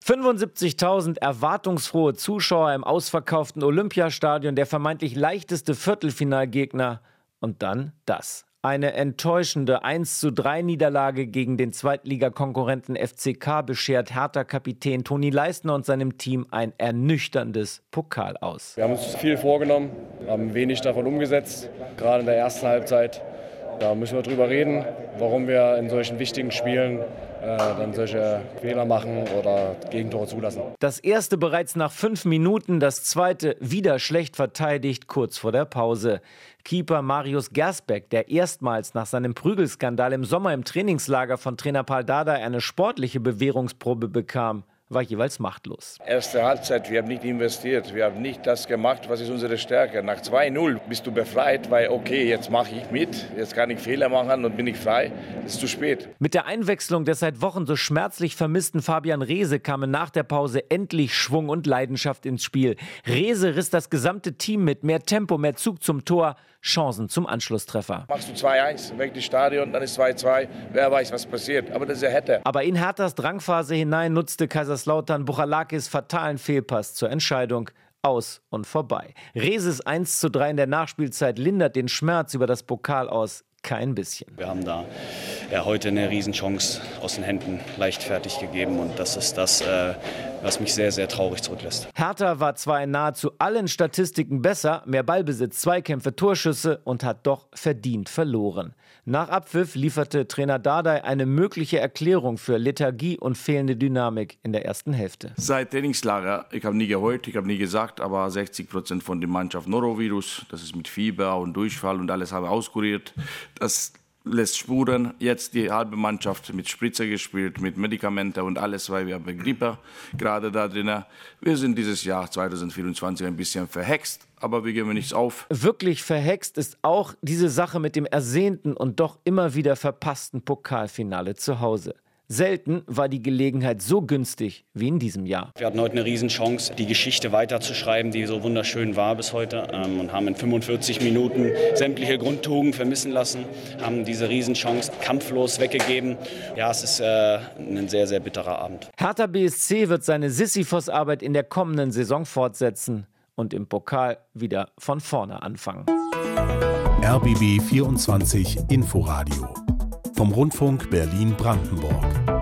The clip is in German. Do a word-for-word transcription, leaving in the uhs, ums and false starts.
fünfundsiebzigtausend erwartungsfrohe Zuschauer im ausverkauften Olympiastadion, der vermeintlich leichteste Viertelfinalgegner. Und dann das. Eine enttäuschende eins zu drei Niederlage gegen den Zweitligakonkurrenten F C K beschert Hertha-Kapitän Toni Leistner und seinem Team ein ernüchterndes Pokal aus. Wir haben uns viel vorgenommen, haben wenig davon umgesetzt, gerade in der ersten Halbzeit. Da müssen wir drüber reden, warum wir in solchen wichtigen Spielen äh, dann solche Fehler machen oder Gegentore zulassen. Das erste bereits nach fünf Minuten, das zweite wieder schlecht verteidigt, kurz vor der Pause. Keeper Marius Gersbeck, der erstmals nach seinem Prügelskandal im Sommer im Trainingslager von Trainer Pal Dardai eine sportliche Bewährungsprobe bekam, war jeweils machtlos. Erste Halbzeit, wir haben nicht investiert, wir haben nicht das gemacht, was ist unsere Stärke. Nach zwei null bist du befreit, weil okay, jetzt mache ich mit, jetzt kann ich Fehler machen und bin ich frei. Es ist zu spät. Mit der Einwechslung des seit Wochen so schmerzlich vermissten Fabian Reese kamen nach der Pause endlich Schwung und Leidenschaft ins Spiel. Reese riss das gesamte Team mit, mehr Tempo, mehr Zug zum Tor, Chancen zum Anschlusstreffer. Machst du zwei eins, weg das Stadion, dann ist zwei zwei, wer weiß, was passiert. Aber das ist ja hätte. Aber in Herthas Drangphase hinein nutzte Kaiserslautern Buchalakis fatalen Fehlpass zur Entscheidung. Aus und vorbei. Reeses eins zu drei in der Nachspielzeit lindert den Schmerz über das Pokal aus kein bisschen. Wir haben da ja, heute eine Riesenchance aus den Händen leichtfertig gegeben und das ist das, äh, was mich sehr, sehr traurig zurücklässt. Hertha war zwar in nahezu allen Statistiken besser, mehr Ballbesitz, Zweikämpfe, Torschüsse und hat doch verdient verloren. Nach Abpfiff lieferte Trainer Dardai eine mögliche Erklärung für Lethargie und fehlende Dynamik in der ersten Hälfte. Seit Trainingslager, ich habe nie geheult, ich habe nie gesagt, aber sechzig Prozent von der Mannschaft Norovirus, das ist mit Fieber und Durchfall und alles habe auskuriert. Das lässt Spuren. Jetzt die halbe Mannschaft mit Spritze gespielt, mit Medikamente und alles, weil wir haben Grippe gerade da drin. Wir sind dieses Jahr zwanzig vierundzwanzig ein bisschen verhext, aber wir geben nichts auf. Wirklich verhext ist auch diese Sache mit dem ersehnten und doch immer wieder verpassten Pokalfinale zu Hause. Selten war die Gelegenheit so günstig wie in diesem Jahr. Wir hatten heute eine Riesenchance, die Geschichte weiterzuschreiben, die so wunderschön war bis heute, ähm, und haben in fünfundvierzig Minuten sämtliche Grundtugenden vermissen lassen, haben diese Riesenchance kampflos weggegeben. Ja, es ist äh, ein sehr, sehr bitterer Abend. Hertha B S C wird seine Sisyphos-Arbeit in der kommenden Saison fortsetzen und im Pokal wieder von vorne anfangen. R B B vierundzwanzig Inforadio vom Rundfunk Berlin-Brandenburg.